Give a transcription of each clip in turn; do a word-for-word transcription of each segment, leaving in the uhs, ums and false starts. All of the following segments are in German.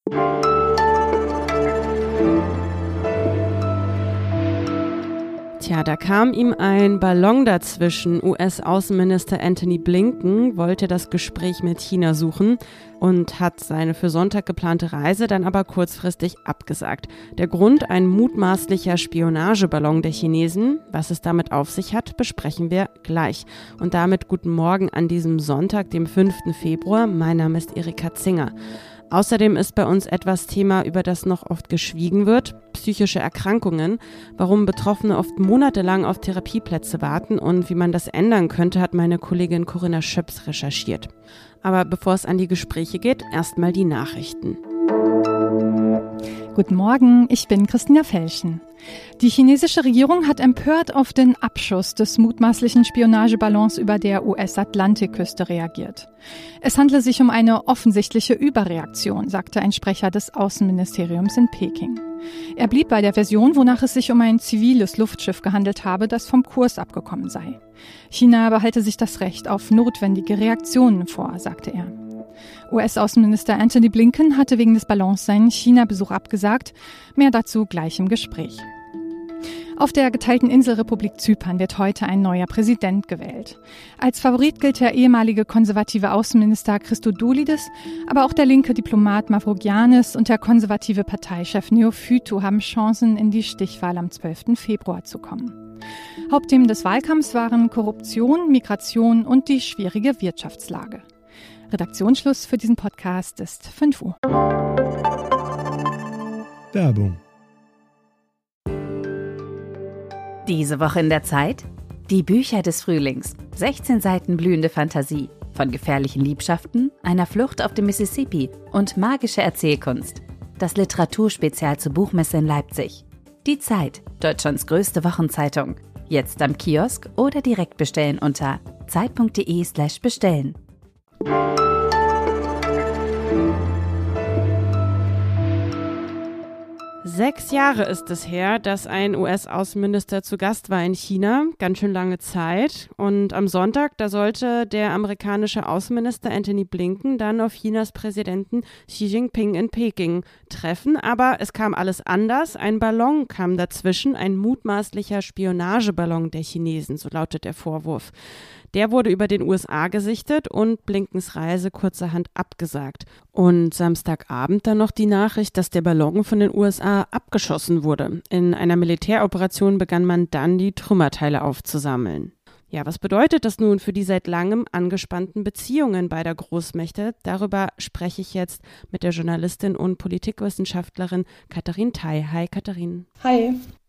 Tja, da kam ihm ein Ballon dazwischen. U S-Außenminister Antony Blinken wollte das Gespräch mit China suchen und hat seine für Sonntag geplante Reise dann aber kurzfristig abgesagt. Der Grund, ein mutmaßlicher Spionageballon der Chinesen. Was es damit auf sich hat, besprechen wir gleich. Und damit guten Morgen an diesem Sonntag, dem fünften Februar. Mein Name ist Erika Zinger. Außerdem ist bei uns etwas Thema, über das noch oft geschwiegen wird: psychische Erkrankungen, warum Betroffene oft monatelang auf Therapieplätze warten und wie man das ändern könnte, hat meine Kollegin Corinna Schöps recherchiert. Aber bevor es an die Gespräche geht, erstmal die Nachrichten. Guten Morgen, ich bin Christina Felschen. Die chinesische Regierung hat empört auf den Abschuss des mutmaßlichen Spionageballons über der U S-Atlantikküste reagiert. Es handle sich um eine offensichtliche Überreaktion, sagte ein Sprecher des Außenministeriums in Peking. Er blieb bei der Version, wonach es sich um ein ziviles Luftschiff gehandelt habe, das vom Kurs abgekommen sei. China behalte sich das Recht auf notwendige Reaktionen vor, sagte er. U S-Außenminister Antony Blinken hatte wegen des Ballons seinen China-Besuch abgesagt. Mehr dazu gleich im Gespräch. Auf der geteilten Inselrepublik Zypern wird heute ein neuer Präsident gewählt. Als Favorit gilt der ehemalige konservative Außenminister Christodoulidis, aber auch der linke Diplomat Mavrogiannis und der konservative Parteichef Neophytou haben Chancen, in die Stichwahl am zwölften Februar zu kommen. Hauptthemen des Wahlkampfs waren Korruption, Migration und die schwierige Wirtschaftslage. Redaktionsschluss für diesen Podcast ist fünf Uhr. Werbung. Diese Woche in der Zeit? Die Bücher des Frühlings. sechzehn Seiten blühende Fantasie. Von gefährlichen Liebschaften, einer Flucht auf dem Mississippi und magische Erzählkunst. Das Literaturspezial zur Buchmesse in Leipzig. Die Zeit, Deutschlands größte Wochenzeitung. Jetzt am Kiosk oder direkt bestellen unter zeit.de slash bestellen. Sechs Jahre ist es her, dass ein U S-Außenminister zu Gast war in China. Ganz schön lange Zeit. Und am Sonntag, da sollte der amerikanische Außenminister Antony Blinken dann auf Chinas Präsidenten Xi Jinping in Peking treffen. Aber es kam alles anders. Ein Ballon kam dazwischen, ein mutmaßlicher Spionageballon der Chinesen, so lautet der Vorwurf. Der wurde über den U S A gesichtet und Blinkens Reise kurzerhand abgesagt. Und Samstagabend dann noch die Nachricht, dass der Ballon von den U S A abgeschossen wurde. In einer Militäroperation begann man dann, die Trümmerteile aufzusammeln. Ja, was bedeutet das nun für die seit langem angespannten Beziehungen beider Großmächte? Darüber spreche ich jetzt mit der Journalistin und Politikwissenschaftlerin Katharin Tai. Hi, Katharin. Hi.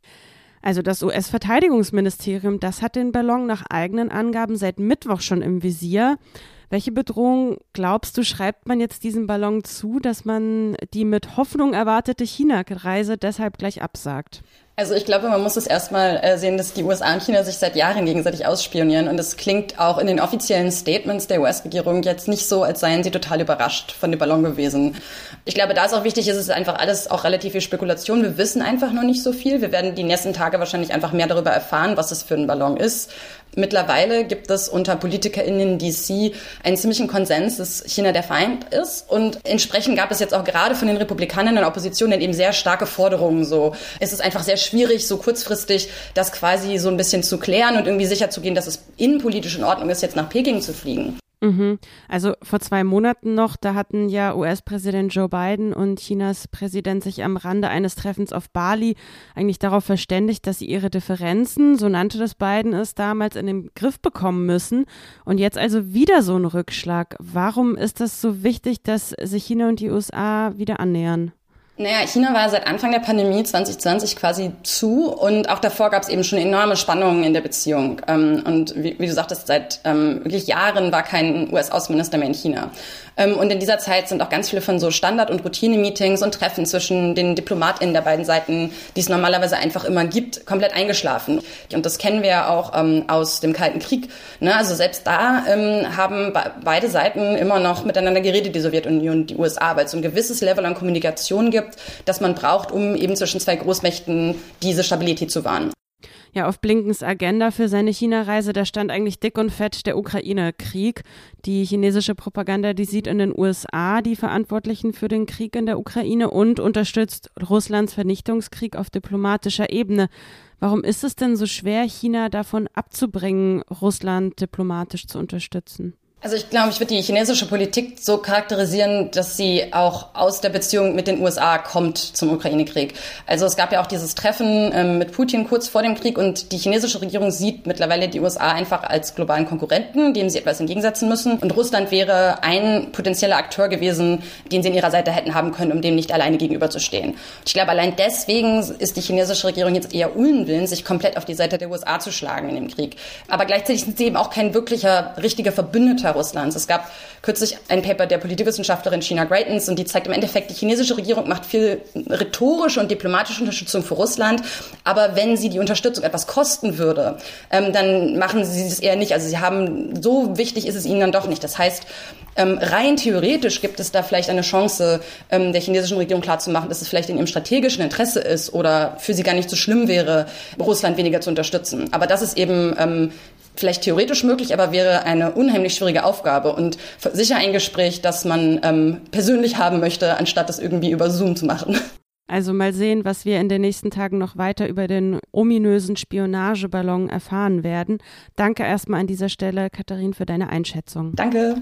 Also das U S-Verteidigungsministerium, das hat den Ballon nach eigenen Angaben seit Mittwoch schon im Visier. Welche Bedrohung, glaubst du, schreibt man jetzt diesem Ballon zu, dass man die mit Hoffnung erwartete China-Reise deshalb gleich absagt? Also ich glaube, man muss es erstmal äh, sehen, dass die U S A und China sich seit Jahren gegenseitig ausspionieren. Und es klingt auch in den offiziellen Statements der U S-Regierung jetzt nicht so, als seien sie total überrascht von dem Ballon gewesen. Ich glaube, da ist auch wichtig, ist es einfach alles auch relativ viel Spekulation. Wir wissen einfach noch nicht so viel. Wir werden die nächsten Tage wahrscheinlich einfach mehr darüber erfahren, was es für ein Ballon ist. Mittlerweile gibt es unter PolitikerInnen in D C einen ziemlichen Konsens, dass China der Feind ist. Und entsprechend gab es jetzt auch gerade von den Republikanern in der Opposition dann eben sehr starke Forderungen. So, es ist einfach sehr schwierig, so kurzfristig das quasi so ein bisschen zu klären und irgendwie sicherzugehen, dass es innenpolitisch in Ordnung ist, jetzt nach Peking zu fliegen. Mhm. Also vor zwei Monaten noch, da hatten ja U S-Präsident Joe Biden und Chinas Präsident sich am Rande eines Treffens auf Bali eigentlich darauf verständigt, dass sie ihre Differenzen, so nannte das Biden es damals, in den Griff bekommen müssen. Und jetzt also wieder so ein Rückschlag. Warum ist das so wichtig, dass sich China und die U S A wieder annähern? Naja, China war seit Anfang der Pandemie zwanzig zwanzig quasi zu und auch davor gab es eben schon enorme Spannungen in der Beziehung. Und wie, wie du sagtest, seit ähm, wirklich Jahren war kein U S-Außenminister mehr in China. Und in dieser Zeit sind auch ganz viele von so Standard- und Routine-Meetings und Treffen zwischen den DiplomatInnen der beiden Seiten, die es normalerweise einfach immer gibt, komplett eingeschlafen. Und das kennen wir ja auch ähm, aus dem Kalten Krieg. Ne? Also selbst da ähm, haben be- beide Seiten immer noch miteinander geredet, die Sowjetunion und die U S A, weil es so ein gewisses Level an Kommunikation gibt, das man braucht, um eben zwischen zwei Großmächten diese Stabilität zu wahren. Ja, auf Blinkens Agenda für seine China-Reise, da stand eigentlich dick und fett der Ukraine-Krieg. Die chinesische Propaganda, die sieht in den U S A die Verantwortlichen für den Krieg in der Ukraine und unterstützt Russlands Vernichtungskrieg auf diplomatischer Ebene. Warum ist es denn so schwer, China davon abzubringen, Russland diplomatisch zu unterstützen? Also ich glaube, ich würde die chinesische Politik so charakterisieren, dass sie auch aus der Beziehung mit den U S A kommt zum Ukraine-Krieg. Also es gab ja auch dieses Treffen ähm, mit Putin kurz vor dem Krieg und die chinesische Regierung sieht mittlerweile die U S A einfach als globalen Konkurrenten, dem sie etwas entgegensetzen müssen. Und Russland wäre ein potenzieller Akteur gewesen, den sie an ihrer Seite hätten haben können, um dem nicht alleine gegenüberzustehen. Und ich glaube, allein deswegen ist die chinesische Regierung jetzt eher unwillens, sich komplett auf die Seite der U S A zu schlagen in dem Krieg. Aber gleichzeitig sind sie eben auch kein wirklicher, richtiger Verbündeter Russlands. Es gab kürzlich ein Paper der Politikwissenschaftlerin Sheena Greitens und die zeigt im Endeffekt, die chinesische Regierung macht viel rhetorische und diplomatische Unterstützung für Russland, aber wenn sie die Unterstützung etwas kosten würde, ähm, dann machen sie es eher nicht. Also sie haben, so wichtig ist es ihnen dann doch nicht. Das heißt, ähm, rein theoretisch gibt es da vielleicht eine Chance, ähm, der chinesischen Regierung klarzumachen, dass es vielleicht in ihrem strategischen Interesse ist oder für sie gar nicht so schlimm wäre, Russland weniger zu unterstützen. Aber das ist eben ähm, vielleicht theoretisch möglich, aber wäre eine unheimlich schwierige Aufgabe und sicher ein Gespräch, das man ähm, persönlich haben möchte, anstatt das irgendwie über Zoom zu machen. Also mal sehen, was wir in den nächsten Tagen noch weiter über den ominösen Spionageballon erfahren werden. Danke erstmal an dieser Stelle, Katharin, für deine Einschätzung. Danke.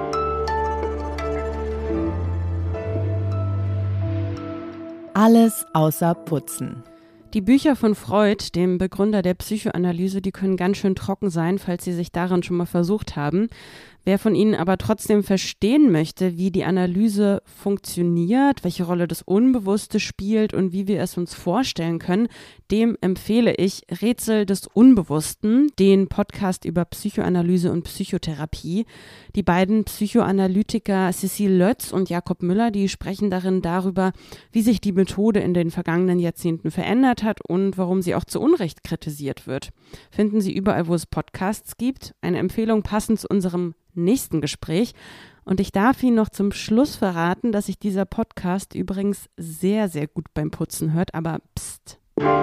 Alles außer Putzen. Die Bücher von Freud, dem Begründer der Psychoanalyse, die können ganz schön trocken sein, falls Sie sich daran schon mal versucht haben. Wer von Ihnen aber trotzdem verstehen möchte, wie die Analyse funktioniert, welche Rolle das Unbewusste spielt und wie wir es uns vorstellen können, dem empfehle ich Rätsel des Unbewussten, den Podcast über Psychoanalyse und Psychotherapie. Die beiden Psychoanalytiker Cecile Lötz und Jakob Müller, die sprechen darin darüber, wie sich die Methode in den vergangenen Jahrzehnten verändert hat und warum sie auch zu Unrecht kritisiert wird. Finden Sie überall, wo es Podcasts gibt. Eine Empfehlung passend zu unserem nächsten Gespräch. Und ich darf Ihnen noch zum Schluss verraten, dass sich dieser Podcast übrigens sehr, sehr gut beim Putzen hört, aber pst.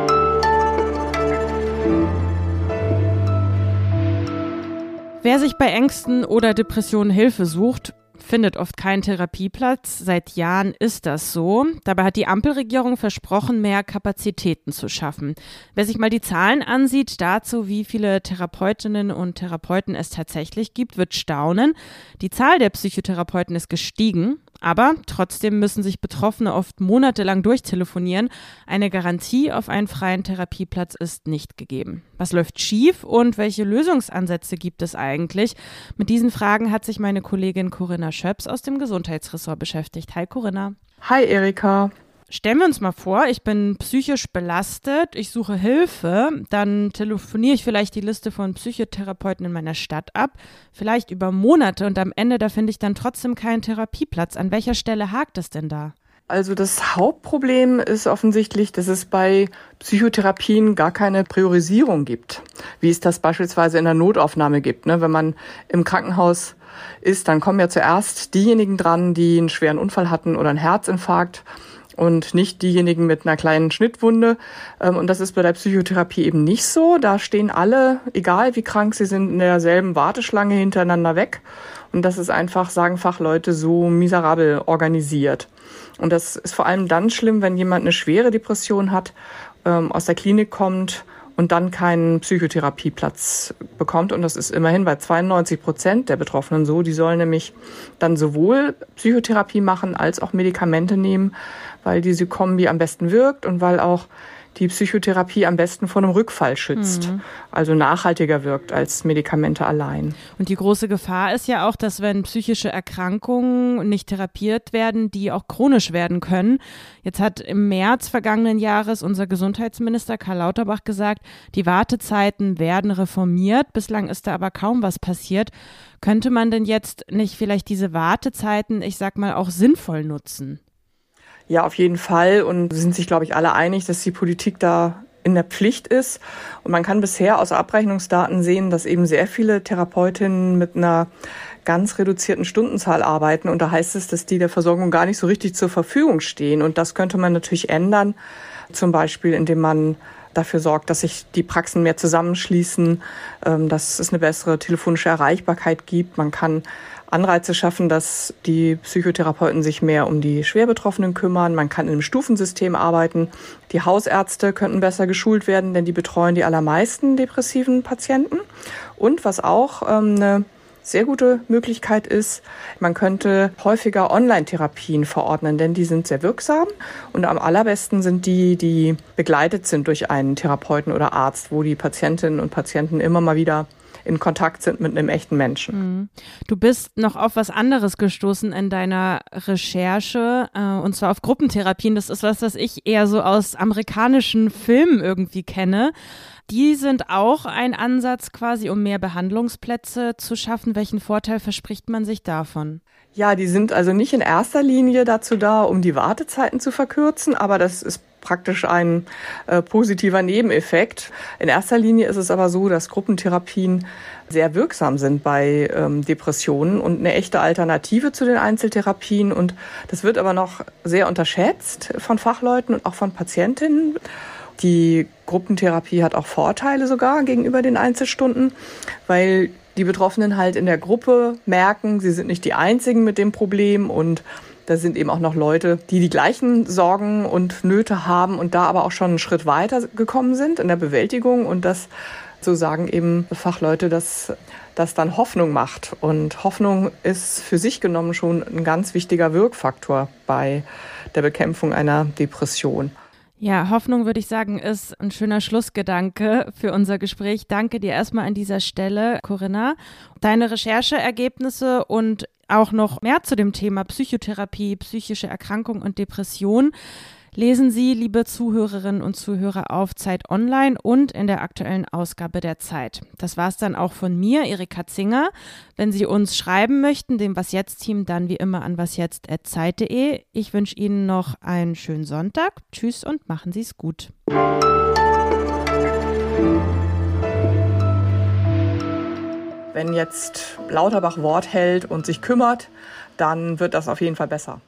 Wer sich bei Ängsten oder Depressionen Hilfe sucht, findet oft keinen Therapieplatz. Seit Jahren ist das so. Dabei hat die Ampelregierung versprochen, mehr Kapazitäten zu schaffen. Wer sich mal die Zahlen ansieht dazu, wie viele Therapeutinnen und Therapeuten es tatsächlich gibt, wird staunen. Die Zahl der Psychotherapeuten ist gestiegen, aber trotzdem müssen sich Betroffene oft monatelang durchtelefonieren. Eine Garantie auf einen freien Therapieplatz ist nicht gegeben. Was läuft schief und welche Lösungsansätze gibt es eigentlich? Mit diesen Fragen hat sich meine Kollegin Corinna Schöps aus dem Gesundheitsressort beschäftigt. Hi Corinna. Hi Erika. Stellen wir uns mal vor, ich bin psychisch belastet, ich suche Hilfe, dann telefoniere ich vielleicht die Liste von Psychotherapeuten in meiner Stadt ab, vielleicht über Monate und am Ende, da finde ich dann trotzdem keinen Therapieplatz. An welcher Stelle hakt es denn da? Also das Hauptproblem ist offensichtlich, dass es bei Psychotherapien gar keine Priorisierung gibt, wie es das beispielsweise in der Notaufnahme gibt. Ne? Wenn man im Krankenhaus ist, dann kommen ja zuerst diejenigen dran, die einen schweren Unfall hatten oder einen Herzinfarkt und nicht diejenigen mit einer kleinen Schnittwunde. Und das ist bei der Psychotherapie eben nicht so. Da stehen alle, egal wie krank sie sind, in derselben Warteschlange hintereinander weg. Und das ist einfach, sagen Fachleute, so miserabel organisiert. Und das ist vor allem dann schlimm, wenn jemand eine schwere Depression hat, ähm, aus der Klinik kommt und dann keinen Psychotherapieplatz bekommt. Und das ist immerhin bei zweiundneunzig Prozent der Betroffenen so. Die sollen nämlich dann sowohl Psychotherapie machen als auch Medikamente nehmen, weil diese Kombi am besten wirkt und weil auch die Psychotherapie am besten vor einem Rückfall schützt, mhm. also nachhaltiger wirkt als Medikamente allein. Und die große Gefahr ist ja auch, dass wenn psychische Erkrankungen nicht therapiert werden, die auch chronisch werden können. Jetzt hat im März vergangenen Jahres unser Gesundheitsminister Karl Lauterbach gesagt, die Wartezeiten werden reformiert. Bislang ist da aber kaum was passiert. Könnte man denn jetzt nicht vielleicht diese Wartezeiten, ich sag mal, auch sinnvoll nutzen? Ja, auf jeden Fall und sind sich, glaube ich, alle einig, dass die Politik da in der Pflicht ist. Und man kann bisher aus Abrechnungsdaten sehen, dass eben sehr viele Therapeutinnen mit einer ganz reduzierten Stundenzahl arbeiten. Und da heißt es, dass die der Versorgung gar nicht so richtig zur Verfügung stehen. Und das könnte man natürlich ändern, zum Beispiel indem man dafür sorgt, dass sich die Praxen mehr zusammenschließen, dass es eine bessere telefonische Erreichbarkeit gibt. Man kann Anreize schaffen, dass die Psychotherapeuten sich mehr um die Schwerbetroffenen kümmern. Man kann in einem Stufensystem arbeiten. Die Hausärzte könnten besser geschult werden, denn die betreuen die allermeisten depressiven Patienten. Und was auch ähm, eine sehr gute Möglichkeit ist, man könnte häufiger Online-Therapien verordnen, denn die sind sehr wirksam. Und am allerbesten sind die, die begleitet sind durch einen Therapeuten oder Arzt, wo die Patientinnen und Patienten immer mal wieder in Kontakt sind mit einem echten Menschen. Du bist noch auf was anderes gestoßen in deiner Recherche, äh, und zwar auf Gruppentherapien. Das ist was, was ich eher so aus amerikanischen Filmen irgendwie kenne. Die sind auch ein Ansatz quasi, um mehr Behandlungsplätze zu schaffen. Welchen Vorteil verspricht man sich davon? Ja, die sind also nicht in erster Linie dazu da, um die Wartezeiten zu verkürzen, aber das ist praktisch ein äh, positiver Nebeneffekt. In erster Linie ist es aber so, dass Gruppentherapien sehr wirksam sind bei ähm, Depressionen und eine echte Alternative zu den Einzeltherapien. Und das wird aber noch sehr unterschätzt von Fachleuten und auch von Patientinnen. Die Gruppentherapie hat auch Vorteile sogar gegenüber den Einzelstunden, weil die Betroffenen halt in der Gruppe merken, sie sind nicht die Einzigen mit dem Problem und da sind eben auch noch Leute, die die gleichen Sorgen und Nöte haben und da aber auch schon einen Schritt weiter gekommen sind in der Bewältigung und das, so sagen eben Fachleute, dass das dann Hoffnung macht. Und Hoffnung ist für sich genommen schon ein ganz wichtiger Wirkfaktor bei der Bekämpfung einer Depression. Ja, Hoffnung, würde ich sagen, ist ein schöner Schlussgedanke für unser Gespräch. Danke dir erstmal an dieser Stelle, Corinna. Deine Rechercheergebnisse und auch noch mehr zu dem Thema Psychotherapie, psychische Erkrankung und Depression lesen Sie, liebe Zuhörerinnen und Zuhörer, auf Zeit Online und in der aktuellen Ausgabe der Zeit. Das war es dann auch von mir, Erika Zinger. Wenn Sie uns schreiben möchten, dem Was Jetzt-Team, dann wie immer an wasjetzt at zeit punkt de. Ich wünsche Ihnen noch einen schönen Sonntag. Tschüss und machen Sie es gut. Wenn jetzt Lauterbach Wort hält und sich kümmert, dann wird das auf jeden Fall besser.